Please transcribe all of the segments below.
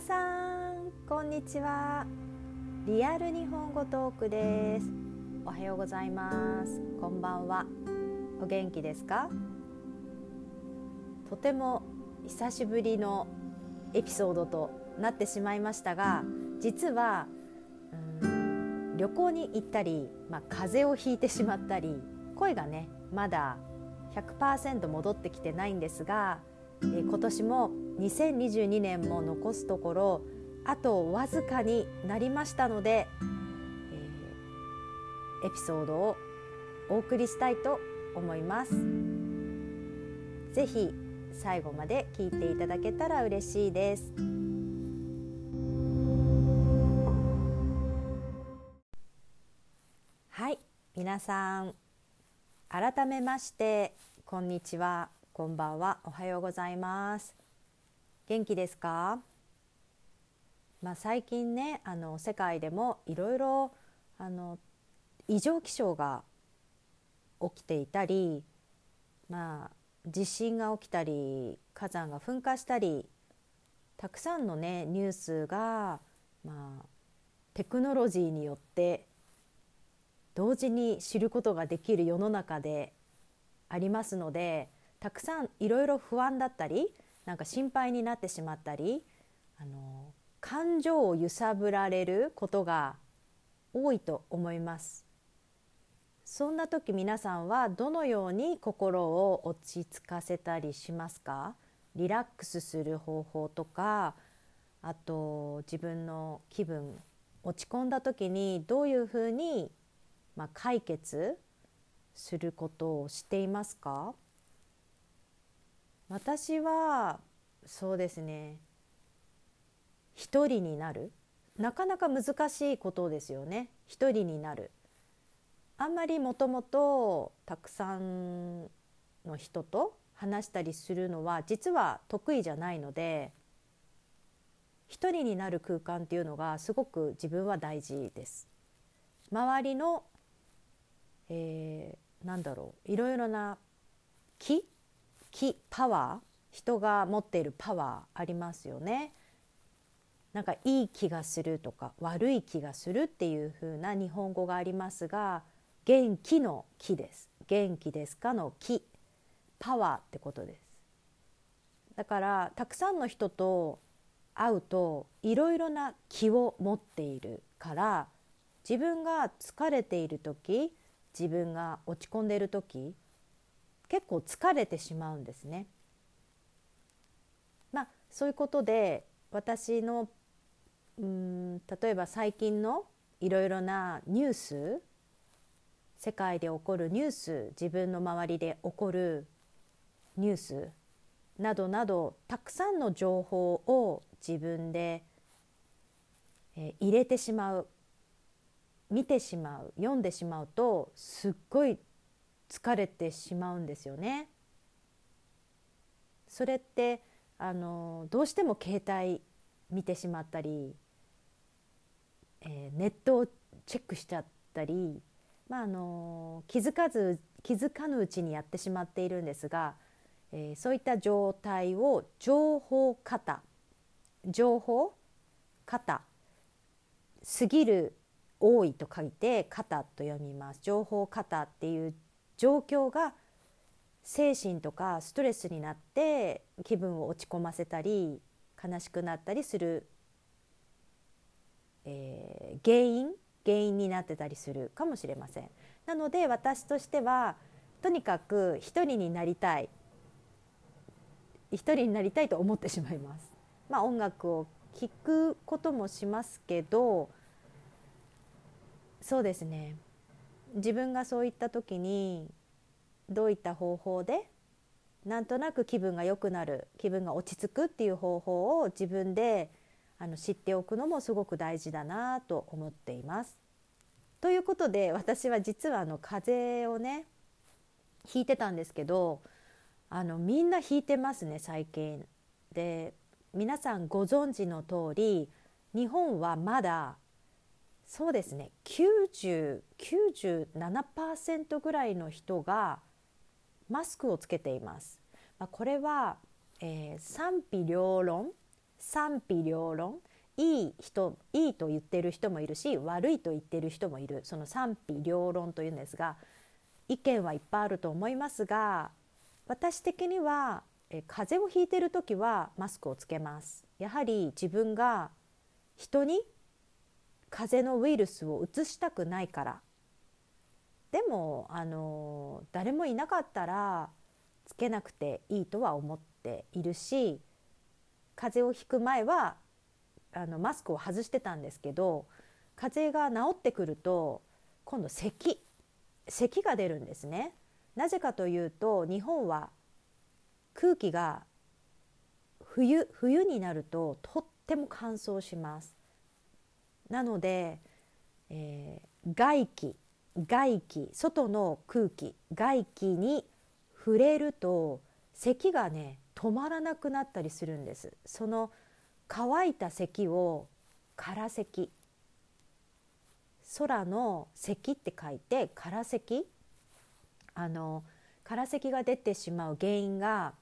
さんこんにちは。リアル日本語トークです。おはようございます。こんばんは。お元気ですか？とても久しぶりのエピソードとなってしまいましたが、実は旅行に行ったり、風邪をひいてしまったり、声がねまだ 100% 戻ってきてないんですが、今年も2022年も残すところあとわずかになりましたので、エピソードをお送りしたいと思います。ぜひ最後まで聞いていただけたら嬉しいです。はい、皆さん改めましてこんにちは、こんばんは、おはようございます。元気ですか？最近ね世界でもいろいろ異常気象が起きていたり、地震が起きたり火山が噴火したり、たくさんのねニュースが、テクノロジーによって同時に知ることができる世の中でありますので、たくさんいろいろ不安だったり心配になってしまったり、感情を揺さぶられることが多いと思います。そんな時皆さんはどのように心を落ち着かせたりしますか？リラックスする方法とか、あと自分の気分落ち込んだ時にどういうふうに、解決することをしていますか？私はそうですね、一人になる、なかなか難しいことですよね。一人になる、あんまりもともとたくさんの人と話したりするのは実は得意じゃないので、一人になる空間っていうのがすごく自分は大事です。周りの、いろいろな気パワー、人が持っているパワーありますよね。いい気がするとか悪い気がするっていう風な日本語がありますが、元気の気です。元気ですかの気、パワーってことです。だからたくさんの人と会うといろいろな気を持っているから、自分が疲れている時、自分が落ち込んでいる時、結構疲れてしまうんですね。そういうことで私の例えば最近のいろいろなニュース、世界で起こるニュース、自分の周りで起こるニュースなどなど、たくさんの情報を自分で入れてしまう、見てしまう、読んでしまうとすっごい疲れてしまうんですよね。それってどうしても携帯見てしまったり、ネットをチェックしちゃったり、気づかぬうちにやってしまっているんですが、そういった状態を情報過多、過ぎる、多いと書いて過多と読みます。情報過多っていう状況が精神とかストレスになって気分を落ち込ませたり悲しくなったりする、原因になってたりするかもしれません。なので私としてはとにかく一人になりたいと思ってしまいます。音楽を聴くこともしますけど、そうですね、自分がそういった時にどういった方法でなんとなく気分が良くなる、気分が落ち着くっていう方法を自分で知っておくのもすごく大事だなと思っています。ということで私は実は風邪をねひいてたんですけど、みんなひいてますね最近で。皆さんご存知の通り、日本はまだそうですね、97% ぐらいの人がマスクをつけています。これは、賛否両論、 賛否両論、いいと言ってる人もいるし、悪いと言ってる人もいる、その賛否両論というんですが、意見はいっぱいあると思いますが、私的には風邪をひいてる時はマスクをつけます。やはり自分が人に風邪のウイルスをうつしたくないから。でも誰もいなかったらつけなくていいとは思っているし、風邪をひく前はマスクを外してたんですけど、風邪が治ってくると今度咳が出るんですね。なぜかというと、日本は空気が冬になるととっても乾燥します。なので、外気、外の空気、外気に触れると咳がね止まらなくなったりするんです。その乾いた咳を空咳、空の咳って書いて空咳、空咳が出てしまう原因が、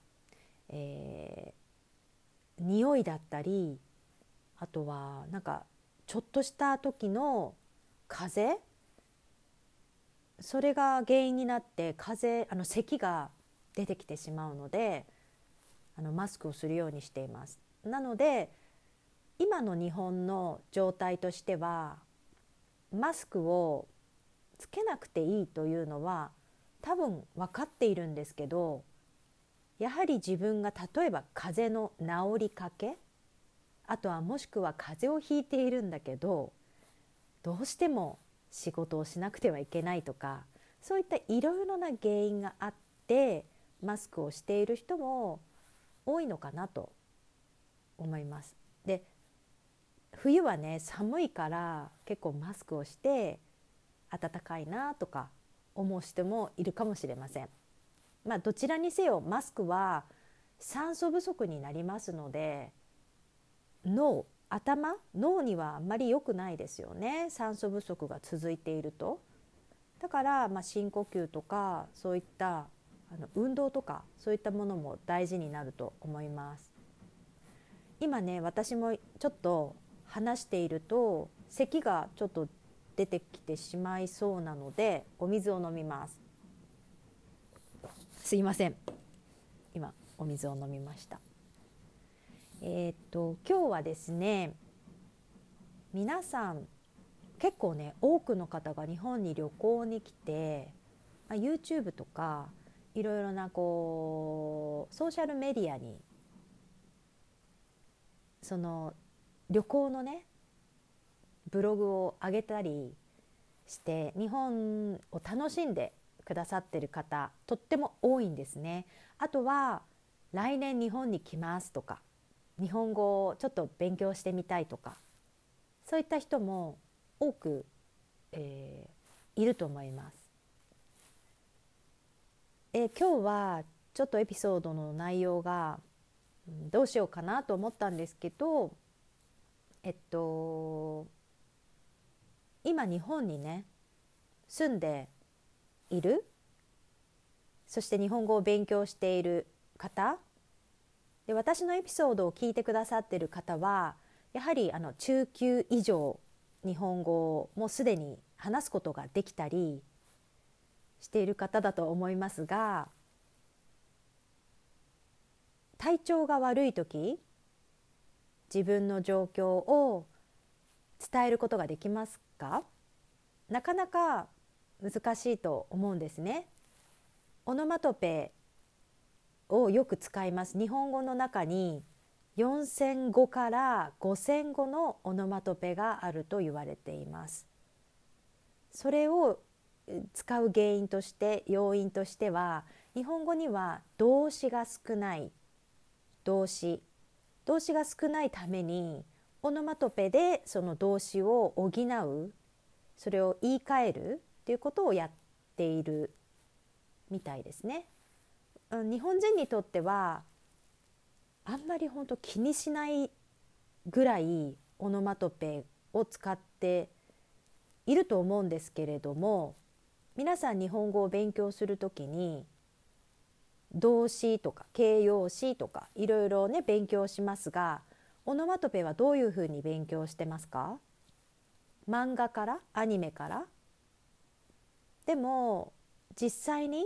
匂いだったり、あとはなんかちょっとした時の風、それが原因になって咳が出てきてしまうので、マスクをするようにしています。なので今の日本の状態としては、マスクをつけなくていいというのは多分分かっているんですけど、やはり自分が例えば風邪の治りかけ、あとはもしくは風邪をひいているんだけどどうしても仕事をしなくてはいけないとか、そういったいろいろな原因があってマスクをしている人も多いのかなと思います。で、冬はね寒いから結構マスクをして暖かいなとか思う人もいるかもしれません。どちらにせよマスクは酸素不足になりますので、脳にはあんまり良くないですよね、酸素不足が続いていると。だから深呼吸とかそういった運動とかそういったものも大事になると思います。今ね私もちょっと話していると咳がちょっと出てきてしまいそうなのでお水を飲みます。すいません、今お水を飲みました。今日はですね、皆さん結構ね多くの方が日本に旅行に来て、YouTube とかいろいろなソーシャルメディアにその旅行のねブログを上げたりして日本を楽しんでくださってる方とっても多いんですね。あとは来年日本に来ますとか、日本語をちょっと勉強してみたいとか、そういった人も多く、いると思います。今日はちょっとエピソードの内容がどうしようかなと思ったんですけど、今日本にね住んでいる、そして日本語を勉強している方で、私のエピソードを聞いてくださっている方はやはり中級以上日本語をもうすでに話すことができたりしている方だと思いますが、体調が悪い時、自分の状況を伝えることができますか？なかなか難しいと思うんですね。オノマトペをよく使います。日本語の中に4000語から5000語のオノマトペがあると言われています。それを使う要因としては、日本語には動詞が少ない、動詞が少ないためにオノマトペでその動詞を補う、それを言い換えるということをやっているみたいですね。日本人にとってはあんまり本当気にしないぐらいオノマトペを使っていると思うんですけれども、皆さん日本語を勉強するときに動詞とか形容詞とかいろいろね勉強しますが、 オノマトペはどういうふうに勉強してますか？漫画から？アニメから？でも実際に、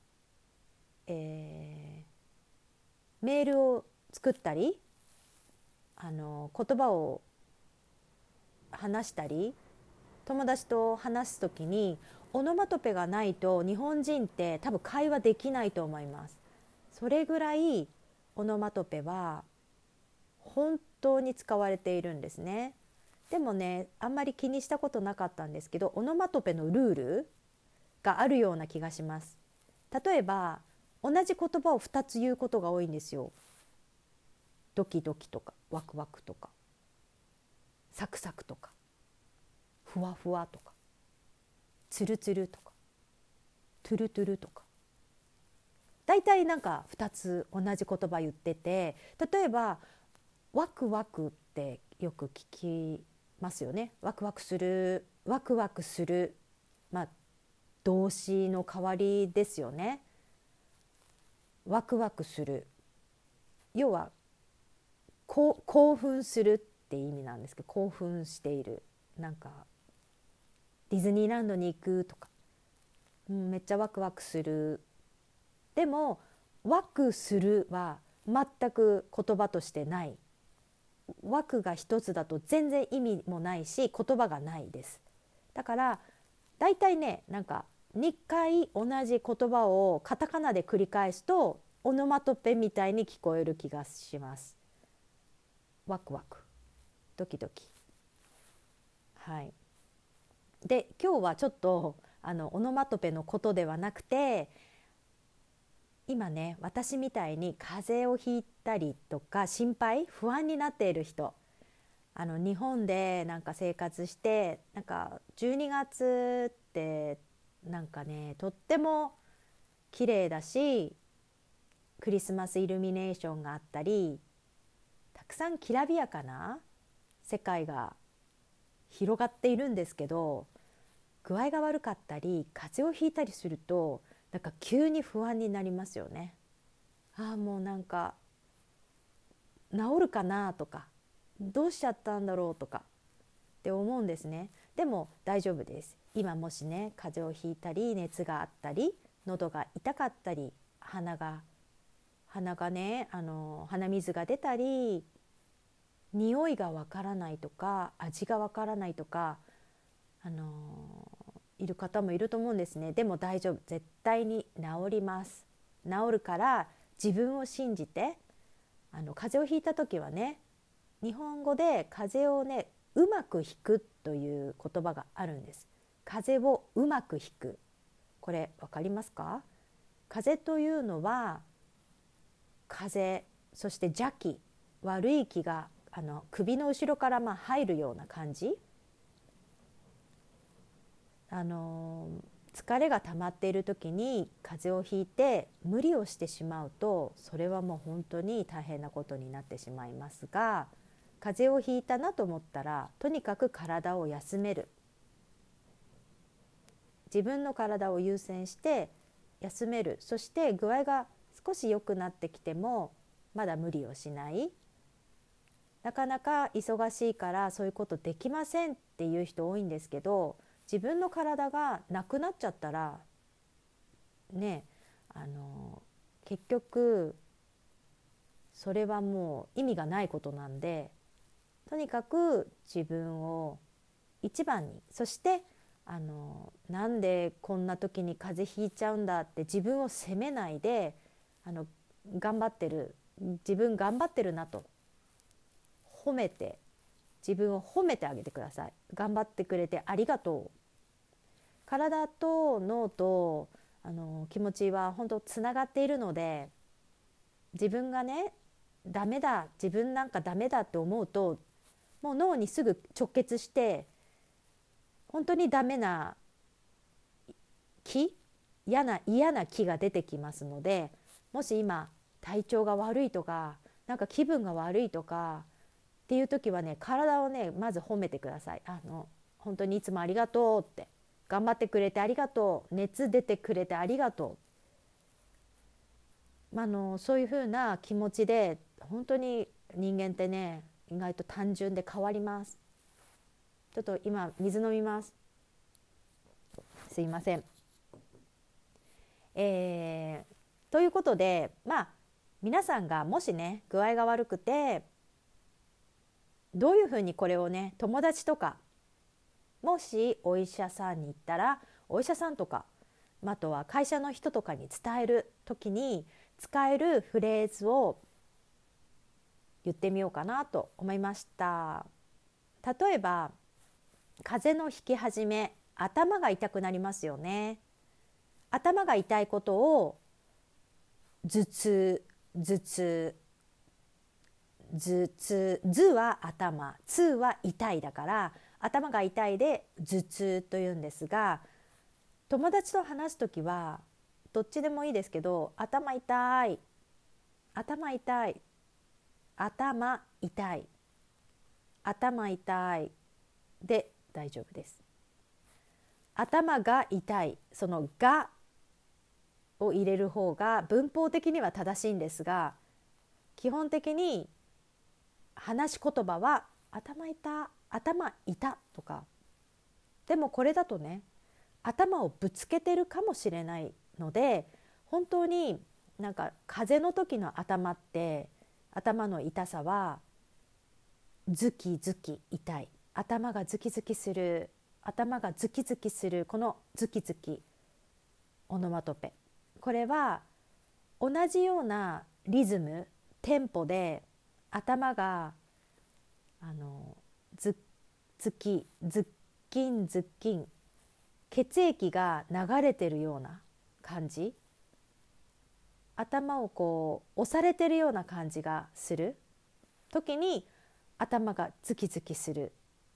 メールを作ったり言葉を話したり友達と話すときにオノマトペがないと日本人って多分会話できないと思います。それぐらいオノマトペは本当に使われているんですね。でもね、あんまり気にしたことなかったんですけど、オノマトペのルールがあるような気がします。例えば同じ言葉を2つ言うことが多いんですよ。ドキドキとかワクワクとかサクサクとかふわふわとかツルツルとかトゥルトゥルとか、だいたいなんか2つ同じ言葉言ってて、例えばワクワクってよく聞きますよね。ワクワクする、ワクワクする、動詞の代わりですよね。ワクワクする、要は興奮するって意味なんですけど、興奮している、なんかディズニーランドに行くとか、めっちゃワクワクする。でもワクするは全く言葉としてない。ワクが一つだと全然意味もないし言葉がないです。だからだいたいね、なんか2回同じ言葉をカタカナで繰り返すとオノマトペみたいに聞こえる気がします。ワクワク、ドキドキ。はい。で今日はちょっとオノマトペのことではなくて、今ね、私みたいに風邪をひいたりとか心配不安になっている人、日本でなんか生活して、なんか12月ってなんかね、とっても綺麗だし、クリスマスイルミネーションがあったり、たくさんきらびやかな世界が広がっているんですけど、具合が悪かったり風邪をひいたりするとなんか急に不安になりますよね。もうなんか治るかなとか、どうしちゃったんだろうとかって思うんですね。でも大丈夫です。今もしね、風邪をひいたり熱があったり喉が痛かったり鼻がね、鼻水が出たり匂いがわからないとか味がわからないとか、いる方もいると思うんですね。でも大丈夫、絶対に治ります。治るから自分を信じて、風邪をひいた時はね、日本語で風邪をねうまくひくという言葉があるんです。風邪をうまくひく、これ分かりますか？風邪というのは風、そして邪気、悪い気が首の後ろから入るような感じ。疲れが溜まっている時に風邪をひいて無理をしてしまうと、それはもう本当に大変なことになってしまいますが、風邪をひいたなと思ったらとにかく体を休める、自分の体を優先して休める。そして具合が少し良くなってきてもまだ無理をしない。なかなか忙しいからそういうことできませんっていう人多いんですけど、自分の体がなくなっちゃったらね、結局それはもう意味がないことなんで、とにかく自分を一番に、そしてなんでこんな時に風邪ひいちゃうんだって自分を責めないで、頑張ってる、自分頑張ってるなと褒めて、自分を褒めてあげてください。頑張ってくれてありがとう。体と脳と気持ちは本当つながっているので、自分がねダメだ、自分なんかダメだって思うと、もう脳にすぐ直結して本当にダメな気、嫌な気が出てきますので、もし今体調が悪いとか、なんか気分が悪いとかっていう時はね、体をねまず褒めてください。本当にいつもありがとうって、頑張ってくれてありがとう、熱出てくれてありがとう、そういうふうな気持ちで、本当に人間ってね意外と単純で変わります。ちょっと今水飲みます。すいません。ということで、皆さんがもしね具合が悪くて、どういうふうにこれをね、友達とか、もしお医者さんに行ったらお医者さんとか、あとは会社の人とかに伝える時に使えるフレーズを言ってみようかなと思いました。例えば、風邪のひき始め、頭が痛くなりますよね。頭が痛いことを頭痛、頭痛、頭痛、頭は頭、痛は痛いだから、頭が痛いで頭痛というんですが、友達と話すときはどっちでもいいですけど、頭痛い、頭痛い、頭痛い、頭痛いで大丈夫です。頭が痛い、そのがを入れる方が文法的には正しいんですが、基本的に話し言葉は頭痛、頭痛とか。でもこれだとね、頭をぶつけてるかもしれないので、本当になんか風邪の時の頭って、頭の痛さはズキズキ痛い、頭がズキズキする、頭がズキズキする、このズキズキオノマトペ、これは同じようなリズムテンポで頭がズッズキズッキンズッキン、血液が流れてるような感じ、頭をこう押されてるような感じがする時に頭がズキズキする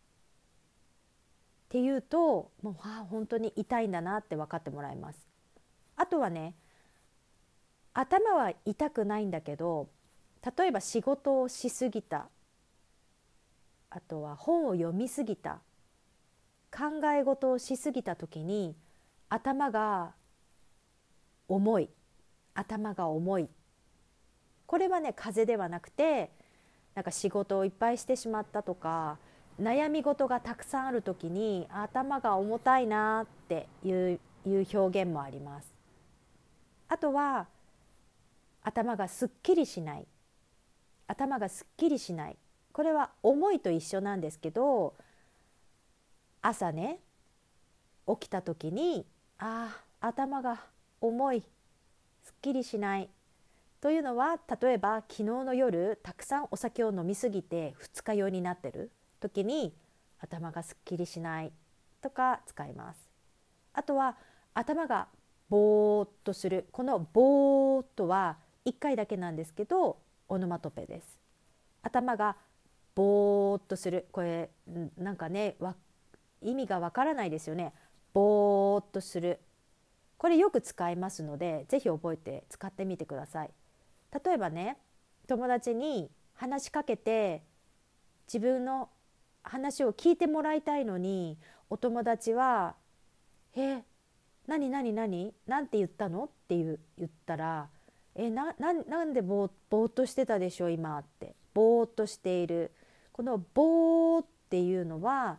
っていうと、もう本当に痛いんだなって分かってもらえます。あとはね、頭は痛くないんだけど、例えば仕事をしすぎた、あとは本を読みすぎた、考え事をしすぎた時に頭が重い、頭が重い、これはね風邪ではなくて、なんか仕事をいっぱいしてしまったとか、悩み事がたくさんある時に頭が重たいなっていう表現もあります。あとは頭がすっきりしない、頭がすっきりしない、これは重いと一緒なんですけど、朝ね起きた時に頭が重い、すっきりしないというのは、例えば昨日の夜たくさんお酒を飲みすぎて二日酔いになってる時に頭がすっきりしないとか使います。あとは頭がぼーっとする、このぼーっとは1回だけなんですけどオノマトペです。頭がぼーっとする、これなんかね意味がわからないですよね。ぼーっとする、これよく使いますので、ぜひ覚えて使ってみてください。例えばね、友達に話しかけて自分の話を聞いてもらいたいのに、お友達は何何何なんて言ったのって言ったら、なんでぼーっとしてたでしょ今って、ぼーっとしている、このぼーっていうのは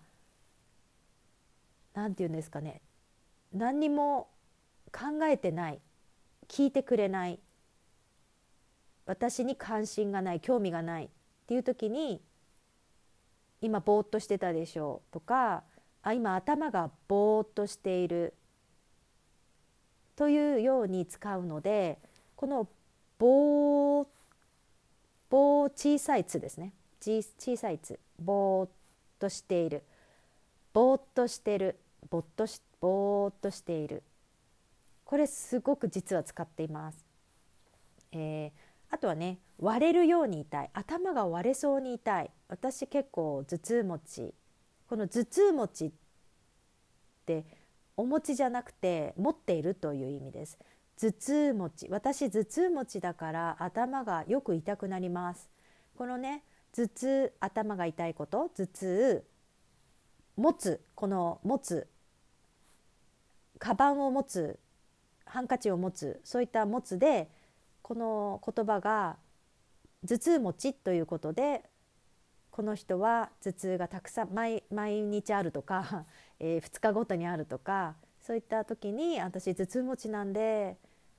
なんて言うんですかね、何にも考えてない、聞いてくれない、私に関心がない、興味がないっていう時に、今ぼーっとしてたでしょとか、今頭がぼーっとしているというように使うので、このぼー小さいつですね、小さいつ、ぼーっとしている、ぼーっとしてる、ぼーっとしている、これすごく実は使っています。あとはね、割れるように痛い、頭が割れそうに痛い、私結構頭痛持ち、この頭痛持ちってお持ちじゃなくて持っているという意味です。頭痛持ち、私頭痛持ちだから頭がよく痛くなります。このね、頭痛、頭が痛いこと、頭痛、持つ、この持つ、カバンを持つ、ハンカチを持つ、そういった持つで、この言葉が頭痛持ちということでこの人は頭痛がたくさん毎日あるとか、2日ごとにあるとか、そういった時に私頭痛持ちなんで、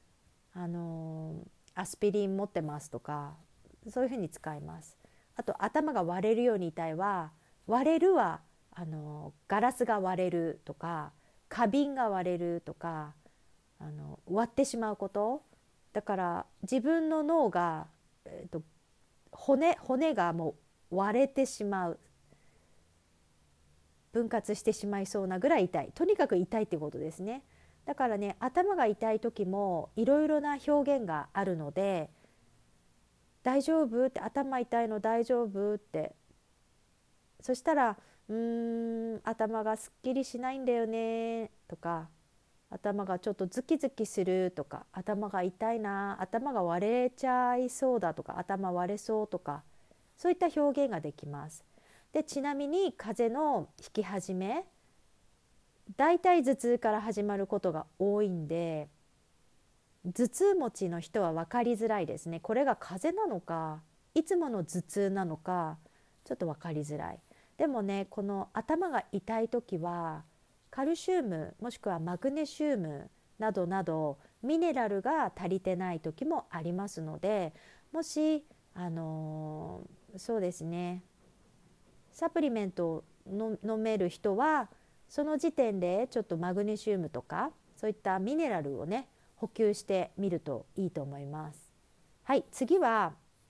アスピリン持ってますとか、そういうふうに使います。あと頭が割れるように痛いは、割れるはガラスが割れるとか花瓶が割れるとか、割ってしまうこと。だから自分の脳が、骨がもう割れてしまう、分割してしまいそうなぐらい痛い、とにかく痛いってことですね。だからね、頭が痛い時もいろいろな表現があるので、大丈夫って、頭痛いの大丈夫って、そしたら頭がすっきりしないんだよねとか、頭がちょっとズキズキするとか、頭が痛いな、頭が割れちゃいそうだとか、頭割れそうとか、そういった表現ができます。でちなみに風邪のひき始め、だいたい頭痛から始まることが多いんで、頭痛持ちの人は分かりづらいですね。これが風邪なのかいつもの頭痛なのかちょっと分かりづらい。でもね、この頭が痛い時はカルシウムもしくはマグネシウムなどなどミネラルが足りてない時もありますので、もしそうですね、サプリメントを飲める人はその時点でちょっとマグネシウムとかそういったミネラルをね補給してみるといいと思います。はい、次は、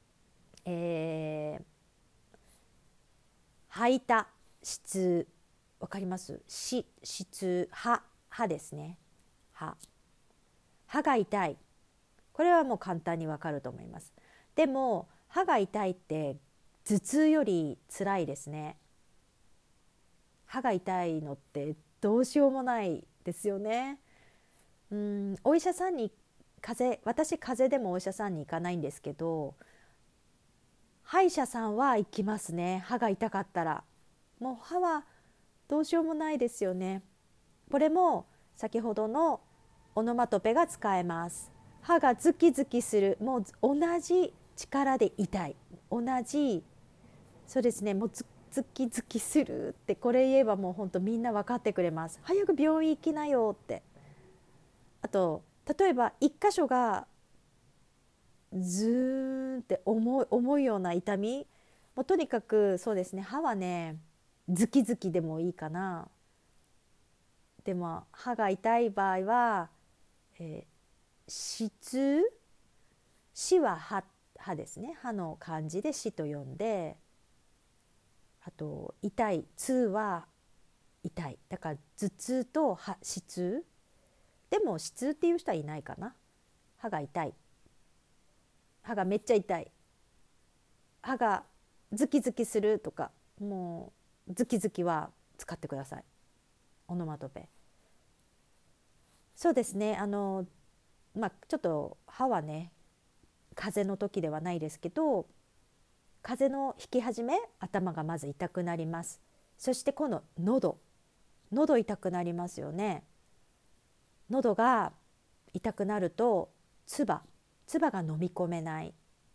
吐いた止痛、わかります？止痛、歯ですね。歯が痛い、これはもう簡単にわかると思います。でも歯が痛いって頭痛より辛いですね。歯が痛いのってどうしようもないですよね。お医者さんに私風邪でもお医者さんに行かないんですけど、歯医者さんは行きますね。歯が痛かったらもう歯はどうしようもないですよね。これも先ほどのオノマトペが使えます。歯がズキズキする、もう同じ力で痛い、同じ、そうですね、もうズキズキするって、これ言えばもう本当みんな分かってくれます。早く病院行きなよって。あと例えば一箇所がズーンって重いような痛み、もうとにかくそうですね、歯はねズキズキでもいいかな。でも歯が痛い場合は、止痛、死は歯ですね、歯の漢字で死と呼んで、あと痛い、痛は痛い、だから頭痛と止痛。でも止痛っていう人はいないかな。歯が痛い、歯がめっちゃ痛い、歯がズキズキするとか、もうズキズキは使ってください、オノマトペ。そうですね、ちょっと歯はね風邪の時ではないですけど、風邪のひき始め、頭がまず痛くなります。そして今度喉痛くなりますよね。喉が痛くなると唾が飲み込めない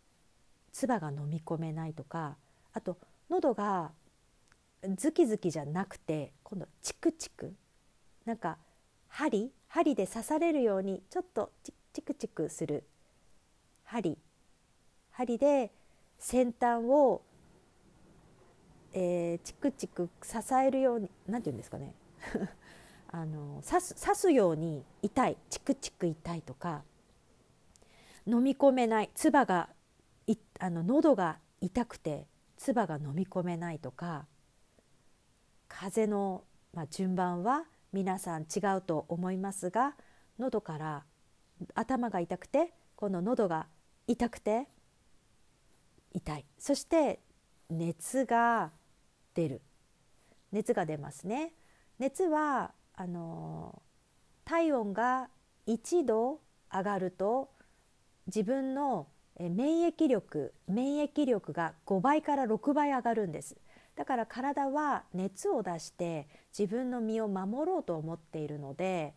とか、あと喉がズキズキじゃなくて今度チクチク、なんか針で刺されるようにちょっとチクチクする、針で先端を、チクチク支えるように、なんていうんですかね刺すように痛い、チクチク痛いとか、飲み込めない、喉が痛くて唾が飲み込めないとか、風邪の、順番は皆さん違うと思いますが、喉から頭が痛くて今度喉が痛くて痛い、そして熱が出ますね。熱は体温が1度上がると自分の免疫力が5倍から6倍上がるんです。だから体は熱を出して自分の身を守ろうと思っているので、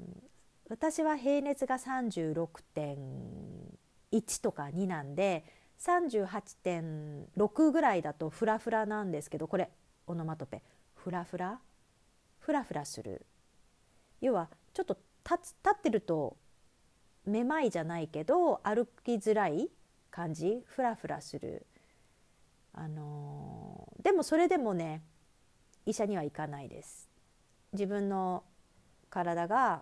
私は平熱が36.1とか2なんで、 38.6 ぐらいだとフラフラなんですけど、これオノマトペフラフラ、フラフラする、要はちょっと立ってるとめまいじゃないけど歩きづらい感じ、フラフラする。でもそれでもね医者には行かないです。自分の体が、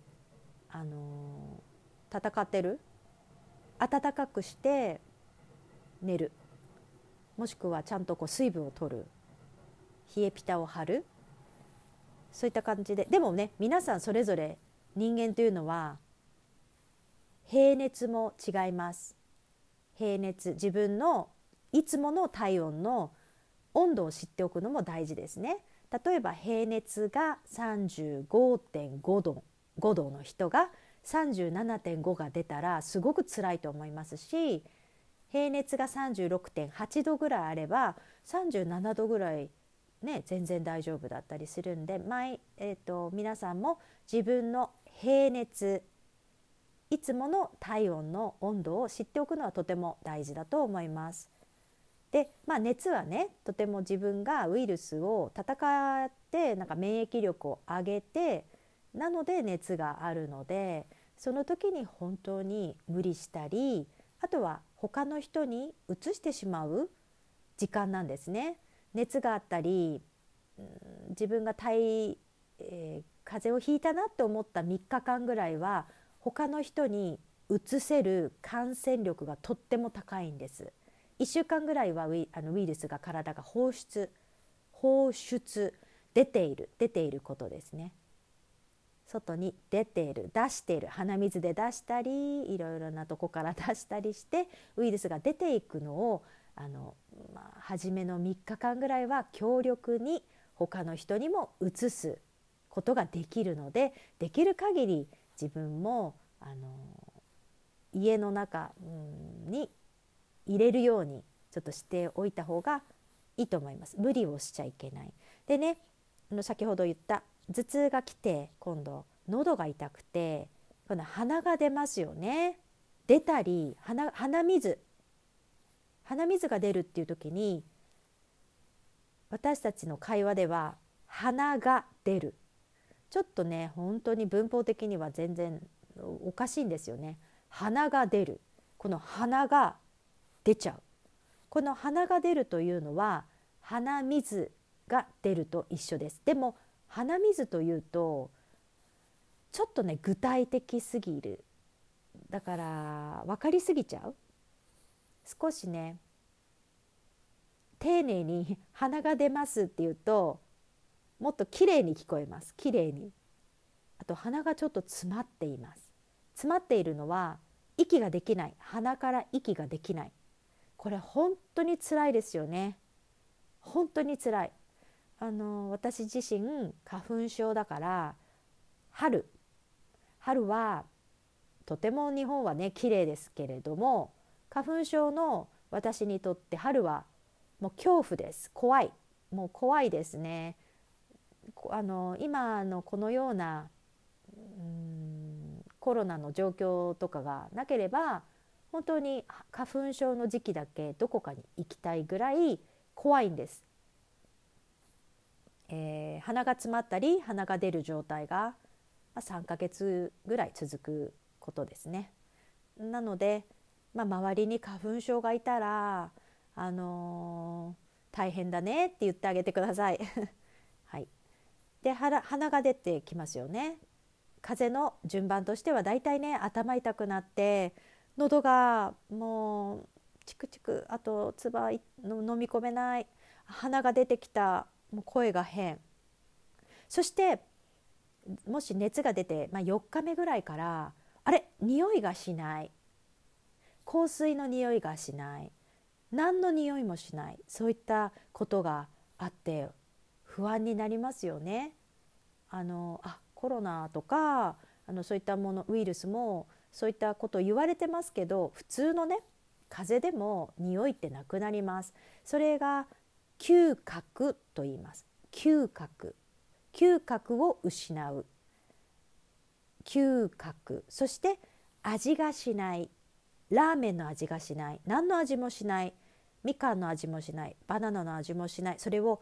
戦ってる、暖かくして寝る、もしくはちゃんとこう水分を取る、冷えピタを張る、そういった感じで。でもね、皆さんそれぞれ人間というのは平熱も違います。平熱、自分のいつもの体温の温度を知っておくのも大事ですね。例えば平熱が 35.5 度、5度の人が 37.5 が出たらすごく辛いと思いますし、平熱が 36.8 度ぐらいあれば37度ぐらいね全然大丈夫だったりするんで、皆さんも自分の平熱、いつもの体温の温度を知っておくのはとても大事だと思います。で、熱はねとても自分がウイルスを戦ってなんか免疫力を上げて、なので熱があるので、その時に本当に無理したり、あとは他の人にうつしてしまう時間なんですね。熱があったり、自分が風邪をひいたなって思った3日間ぐらいは他の人にうつせる感染力がとっても高いんです。1週間ぐらいはウイルスが体が放出出ていることですね。外に出ている、出している、鼻水で出したりいろいろなとこから出したりしてウイルスが出ていくのを初めの3日間ぐらいは強力に他の人にもうつすことができるので、できる限り自分も家の中に入れるようにちょっとしておいた方がいいと思います。無理をしちゃいけない。でね、先ほど言った頭痛が来て今度喉が痛くて今度鼻が出ますよね。出たり鼻水が出るっていう時に、私たちの会話では鼻が出る、ちょっとね本当に文法的には全然おかしいんですよね。鼻が出る、この鼻が出ちゃう、この鼻が出るというのは鼻水が出ると一緒です。でも鼻水というとちょっとね具体的すぎる、だから分かりすぎちゃう。少しね丁寧に鼻が出ますっていうともっときれいに聞こえます。きれいに。あと鼻がちょっと詰まっています。詰まっているのは息ができない、鼻から息ができない、これ本当に辛いですよね。本当に辛い。私自身花粉症だから、春はとても日本はね綺麗ですけれども、花粉症の私にとって春はもう恐怖です。怖い、もう怖いですね。今のこのようなコロナの状況とかがなければ本当に花粉症の時期だけどこかに行きたいぐらい怖いんです。鼻が詰まったり鼻が出る状態が3ヶ月ぐらい続くことですね。なので、周りに花粉症がいたら、大変だねって言ってあげてください。はい、で鼻が出てきますよね。風邪の順番としてはだいたいね頭痛くなって喉がもうチクチク、あと唾飲み込めない、鼻が出てきた、もう声が変、そしてもし熱が出て、4日目ぐらいからあれ匂いがしない、香水の匂いがしない、何の匂いもしない、そういったことがあって不安になりますよね。コロナとかそういったもの、ウイルスもそういったことを言われてますけど、普通のね風邪でも匂いってなくなります。それが嗅覚と言います。嗅覚を失う、嗅覚、そして味がしない、 ラーメンの味がしない、何の味もしない、みかんの味もしない、バナナの味もしない、それを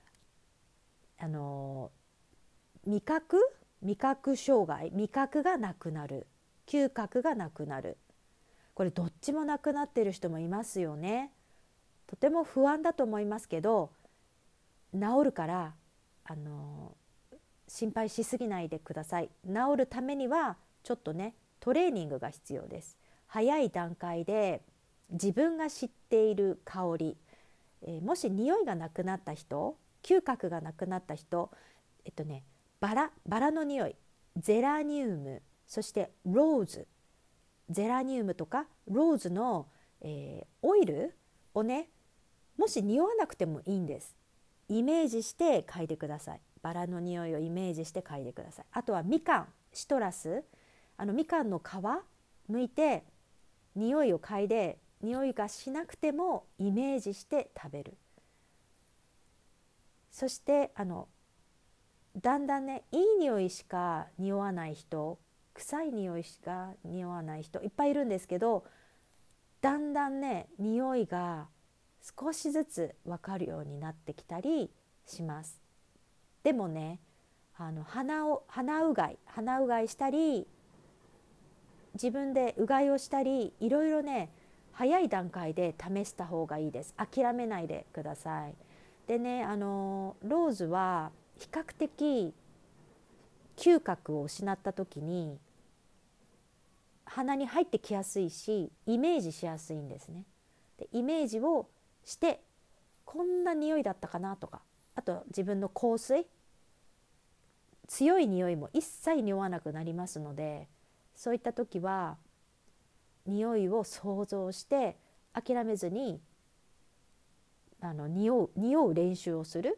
味覚障害、味覚がなくなる、嗅覚がなくなる、これどっちもなくなっている人もいますよね。とても不安だと思いますけど、治るから心配しすぎないでください。治るためにはちょっとねトレーニングが必要です。早い段階で自分が知っている香り、もし匂いがなくなった人、嗅覚がなくなった人、バラの匂い、ゼラニウム、そしてローズ、ゼラニウムとかローズの、オイルをね、もし匂わなくてもいいんです。イメージして嗅いでください。バラの匂いをイメージして嗅いでください。あとはみかん、シトラス、みかんの皮剥いて匂いを嗅いで、匂いがしなくてもイメージして食べる。そしてだんだんね、いい匂いしか匂わない人、臭い匂いしか匂わない人いっぱいいるんですけど、だんだんね匂いが少しずつ分かるようになってきたりします。でもね、鼻うがいしたり、自分でうがいをしたり、いろいろね早い段階で試した方がいいです。諦めないでください。でね、ローズは比較的嗅覚を失った時に鼻に入ってきやすいし、イメージしやすいんですね。でイメージをして、こんな匂いだったかなとか、あと自分の香水、強い匂いも一切匂わなくなりますので、そういった時は匂いを想像して諦めずに匂う練習をする。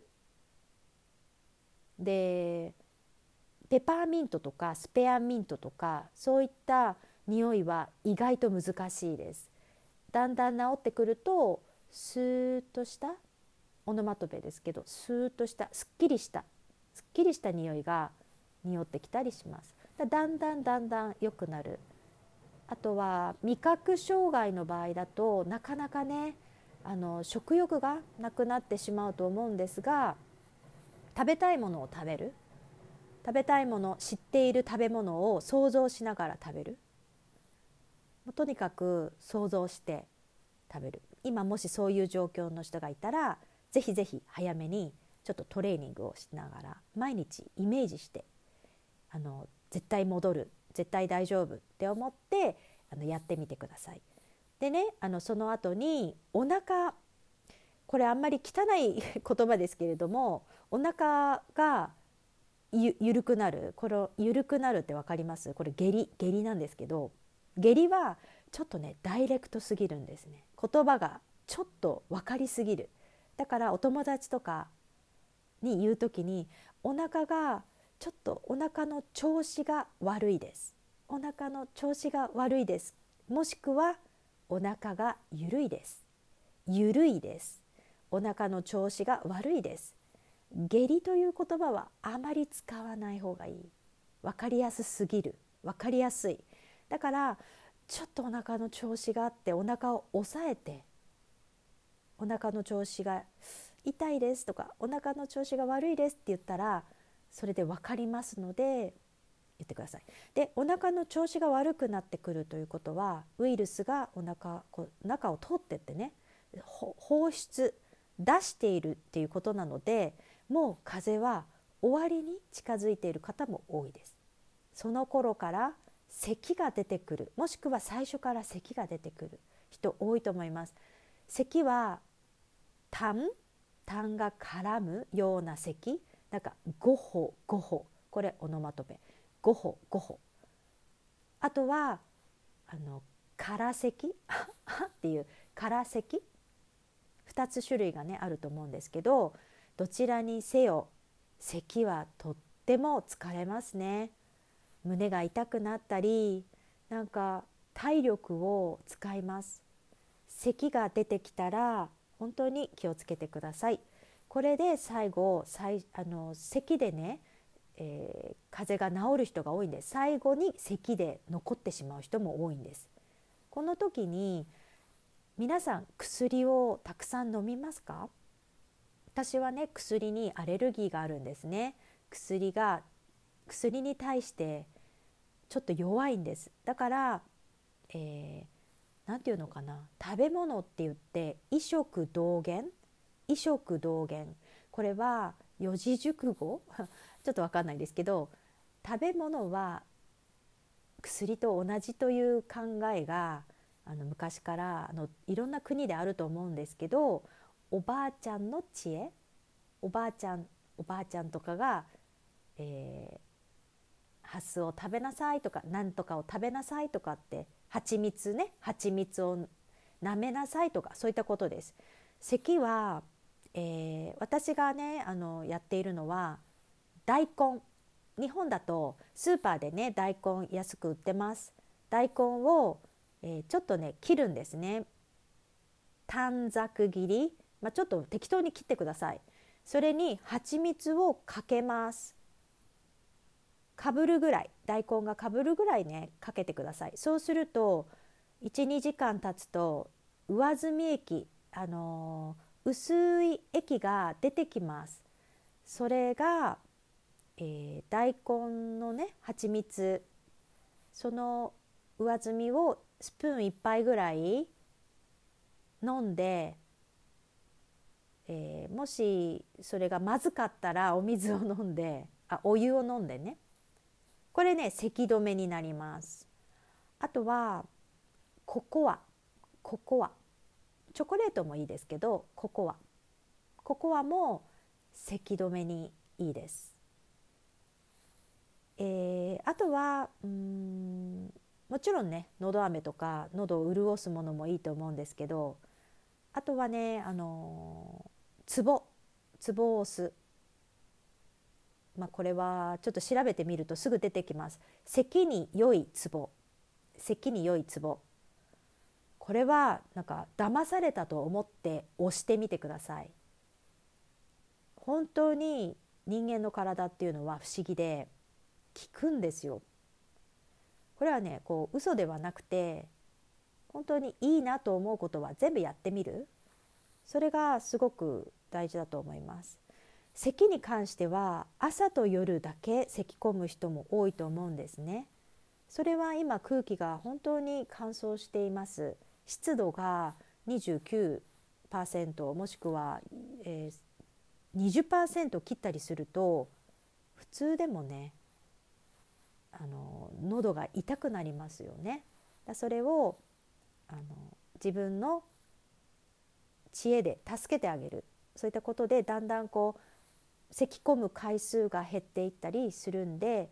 でペパーミントとかスペアミントとか、そういった匂いは意外と難しいです。だんだん治ってくるとスーッとした、オノマトペですけど、スーッとしたすっきりした匂いが匂ってきたりします。だんだん良くなる。あとは味覚障害の場合だとなかなかね食欲がなくなってしまうと思うんですが、食べたいものを食べる、食べたいもの、知っている食べ物を想像しながら食べる。とにかく想像して食べる。今もしそういう状況の人がいたら、ぜひぜひ早めにちょっとトレーニングをしながら毎日イメージして、絶対戻る、絶対大丈夫って思ってやってみてください。でね、その後にお腹、これあんまり汚い言葉ですけれども、お腹が緩くなる。これ緩くなるって分かります？これ下痢なんですけど、下痢はちょっとねダイレクトすぎるんですね。言葉がちょっと分かりすぎる。だからお友達とかに言うときに、お腹がちょっと、お腹の調子が悪いです、お腹の調子が悪いです、もしくはお腹が緩いです、お腹の調子が悪いです。下痢という言葉はあまり使わない方がいい。分かりやすすぎる、分かりやすい。だからちょっとお腹の調子があって、お腹を押さえて、お腹の調子が痛いですとか、お腹の調子が悪いですって言ったら、それで分かりますので言ってください。で、お腹の調子が悪くなってくるということは、ウイルスが中を通ってってね、放出出しているっていうことなので、もう風邪は終わりに近づいている方も多いです。その頃から咳が出てくる、もしくは最初から咳が出てくる人多いと思います。咳は痰が絡むような咳、なんかゴホ、これオノマトペ、ゴホ。あとは空咳っていう空咳、2つ種類がねあると思うんですけど、どちらにせよ咳はとっても疲れますね。胸が痛くなったり、なんか体力を使います。咳が出てきたら本当に気をつけてください。これで最後咳でね、風邪が治る人が多いんです。最後に咳で残ってしまう人も多いんです。 この時に皆さん薬をたくさん飲みますか？私はね、薬にアレルギーがあるんですね。薬に対してちょっと弱いんです。だから、なんていうのかな、食べ物って言って医食同源、これは四字熟語ちょっと分かんないですけど、食べ物は薬と同じという考えが昔からいろんな国であると思うんですけど、おばあちゃんの知恵、おばあちゃんとかが、ハスを食べなさいとか、なんとかを食べなさいとかって、蜂蜜を舐めなさいとか、そういったことです。咳は、私がねやっているのは大根。日本だとスーパーでね、大根安く売ってます。大根を、ちょっとね切るんですね。短冊切り、ちょっと適当に切ってください。それに蜂蜜をかけます。かぶるぐらい、大根がかぶるぐらいねかけてください。そうすると 1,2 時間経つと上澄み液、薄い液が出てきます。それが、大根のね蜂蜜、その上澄みをスプーン1杯ぐらい飲んで、もしそれがまずかったらお水を飲んで、お湯を飲んでね、これね咳止めになります。あとはココア、チョコレートもいいですけど、ココアも咳止めにいいです。あとはもちろんね、のど飴とか喉を潤すものもいいと思うんですけど、あとはねツボを押す、これはちょっと調べてみるとすぐ出てきます。咳に良いツボ、これはなんか騙されたと思って押してみてください。本当に人間の体っていうのは不思議で効くんですよ。これはね嘘ではなくて、本当にいいなと思うことは全部やってみる、それがすごく大事だと思います。咳に関しては朝と夜だけ咳込む人も多いと思うんですね。それは今空気が本当に乾燥しています。湿度が 29% もしくは、20% 切ったりすると、普通でもね喉が痛くなりますよね。それを自分の知恵で助けてあげる、そういったことでだんだん咳込む回数が減っていったりするんで、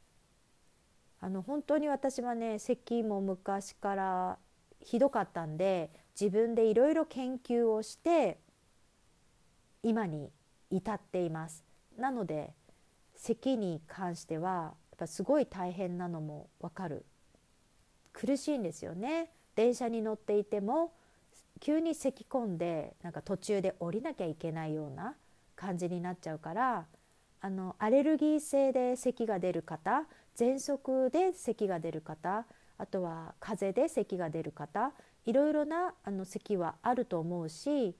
本当に私はね咳も昔からひどかったんで、自分でいろいろ研究をして今に至っています。なので咳に関してはやっぱすごい大変なのもわかる。苦しいんですよね。電車に乗っていても急に咳込んで、なんか途中で降りなきゃいけないような感じになっちゃうから、アレルギー性で咳が出る方、喘息で咳が出る方、あとは風邪で咳が出る方、いろいろな咳はあると思うし、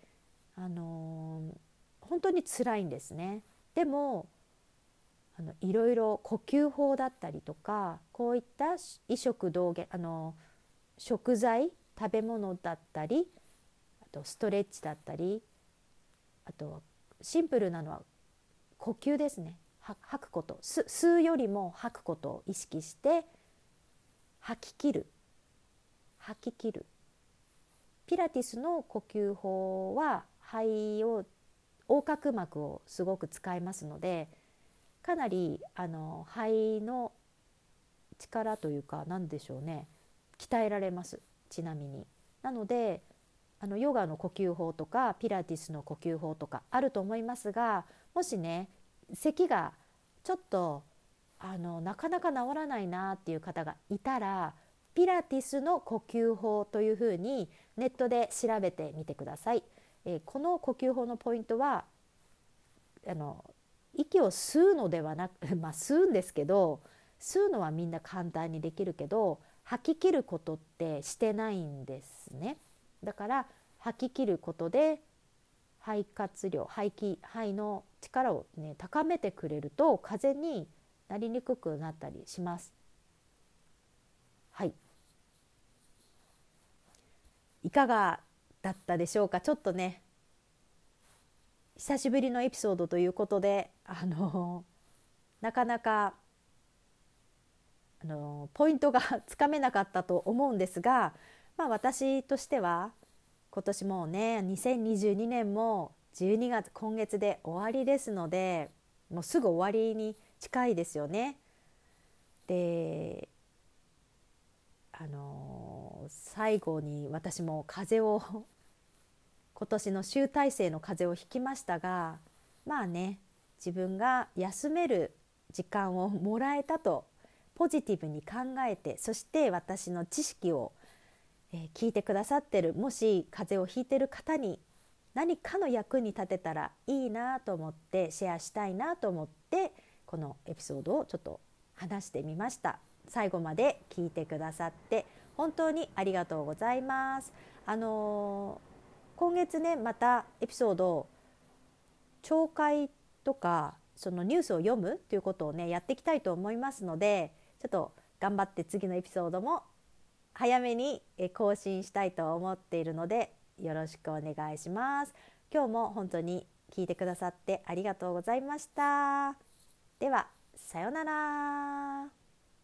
本当に辛いんですね。でもいろいろ呼吸法だったりとか、こういった医食同源、食材、食べ物だったり、あとストレッチだったり、あとはシンプルなのは呼吸ですね。吐くこと、吸うよりも吐くことを意識して吐き切る。ピラティスの呼吸法は横隔膜をすごく使いますので、かなり肺の力というか、何でしょうね、鍛えられます。ちなみになのでヨガの呼吸法とかピラティスの呼吸法とかあると思いますが、もしね咳がちょっとなかなか治らないなっていう方がいたら、ピラティスの呼吸法というふうにネットで調べてみてください。この呼吸法のポイントは息を吸うのではなく吸うんですけど、吸うのはみんな簡単にできるけど、 吐き切ることってしてないんですね。だから吐き切ることで肺活量、肺の力をね高めてくれると風邪になりにくくなったりします。はい、いかがだったでしょうか。ちょっとね久しぶりのエピソードということでなかなかポイントがつかめなかったと思うんですが、まあ、私としては今年もうね2022年も12月今月で終わりですので、もうすぐ終わりに近いですよね。で最後に私も風邪を今年の集大成の風邪をひきましたが、まあね自分が休める時間をもらえたとポジティブに考えて、そして私の知識を、聞いてくださってる、もし風邪をひいてる方に何かの役に立てたらいいなと思ってシェアしたいなと思ってこのエピソードをちょっと話してみました。最後まで聞いてくださって本当にありがとうございます。今月ねまたエピソード紹介とかそのニュースを読むということをねやっていきたいと思いますので、ちょっと頑張って次のエピソードも早めに更新したいと思っているのでよろしくお願いします。今日も本当に聞いてくださってありがとうございました。ではさようなら。